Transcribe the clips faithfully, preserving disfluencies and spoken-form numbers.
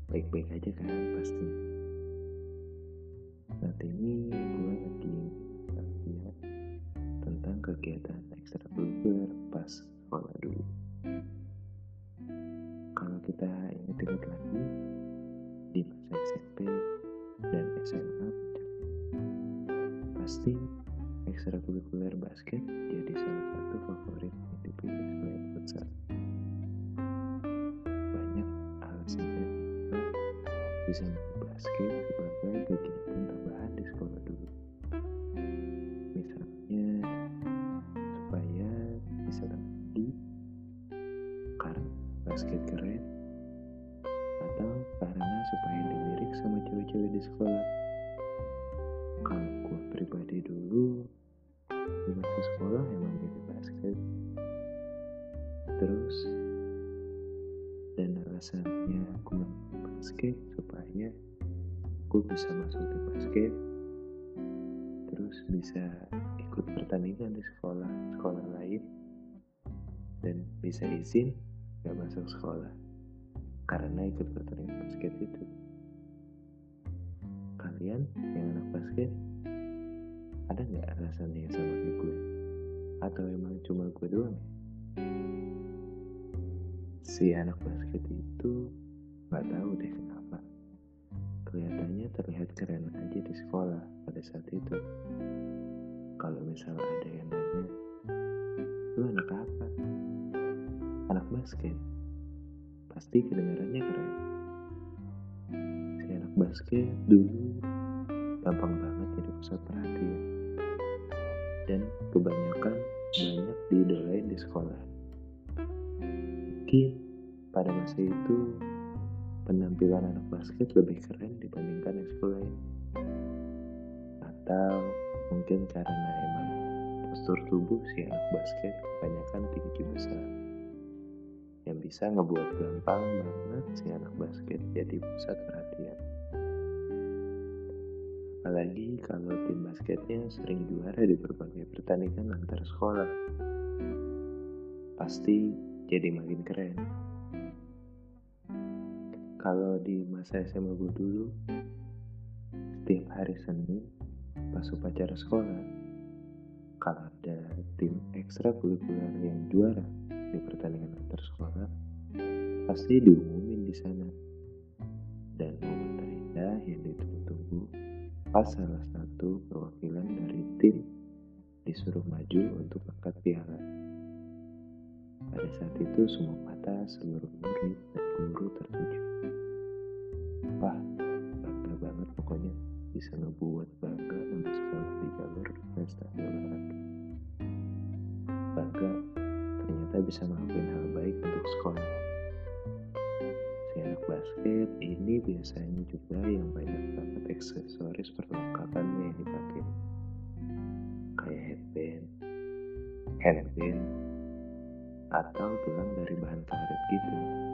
Baik-baik aja kan pasti. Saat ini gue lagi lihat tentang kegiatan ekstrakurikuler pas sekolah dulu. Kalau kita ingat-ingat lagi di masa S M P dan S M A, pasti ekstrakurikuler basket jadi salah satu favorit yang dipilih selain futsal. Banyak alasannya kenapa bisa main basket sebagai kegiatan tambahan di sekolah dulu. Misalnya supaya bisa tinggi karena basket keren, atau karena supaya dilirik sama cewek-cewek di sekolah. Kalau gue pribadi dulu di masa sekolah emang milih basket, terus dan alasannya gue milih basket supaya gue bisa masuk di basket, terus bisa ikut pertandingan di sekolah sekolah lain dan bisa izin gak masuk sekolah karena ikut pertandingan basket itu. Kalian yang anak basket ada gak alasannya yang sama kayak gue? Atau emang cuma gue doang ya? Si anak basket itu gak tahu deh kenapa kelihatannya terlihat keren aja di sekolah pada saat itu. Kalau misalnya ada yang nanya, lu anak apa? Anak basket. Pasti kedengarannya keren. Si anak basket dulu gampang banget jadi pusat perhatian, dan kebanyakan banyak diidolain di sekolah. Mungkin pada masa itu penampilan anak basket lebih keren dibandingkan ekskul lain, atau mungkin karena emang postur tubuh si anak basket kebanyakan tinggi besar, yang bisa ngebuat gampang banget si anak basket jadi pusat perhatian. Apalagi kalau tim basketnya sering juara di berbagai pertandingan antar sekolah, pasti jadi makin keren. Kalau di masa S M A gue dulu, setiap hari Senin pas upacara sekolah, kalau ada tim ekstrakurikuler yang juara di pertandingan antar sekolah, pasti diumumin di sana. Dan momen terindah yang ditunggu-tunggu pas salah satu perwakilan dari tim disuruh maju untuk angkat piala. Pada saat itu semua mata seluruh murid dan guru tertuju. Wah, bangga banget pokoknya bisa ngebuat bangga nama sekolah di jalur prestasi olahraga. Bangga ternyata bisa ngelakuin hal baik untuk sekolah. Si anak basket ini biasanya juga yang banyak banget aksesoris perlengkapannya yang dipakai, kayak headband, handband, atau gelang dari bahan karet gitu.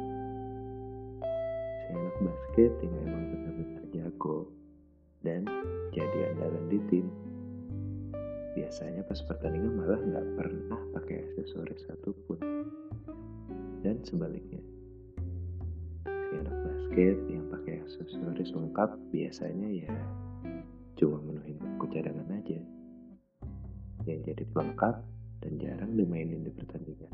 Si anak basket yang memang benar-benar jago dan jadi andalan di tim, biasanya pas pertandingan malah nggak pernah pakai aksesoris satupun. Dan sebaliknya, si anak basket yang pakai aksesoris lengkap biasanya ya cuma menuhin bangku cadangan aja, yang jadi pelengkap dan jarang dimainin di pertandingan.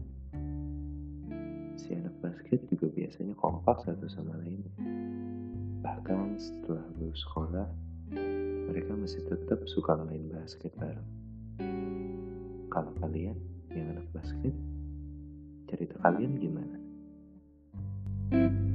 Si anak basket juga biasanya kompak satu sama lainnya. Bahkan setelah lulus sekolah, mereka masih tetap suka main basket bareng. Kalau kalian yang anak basket, cerita kalian gimana?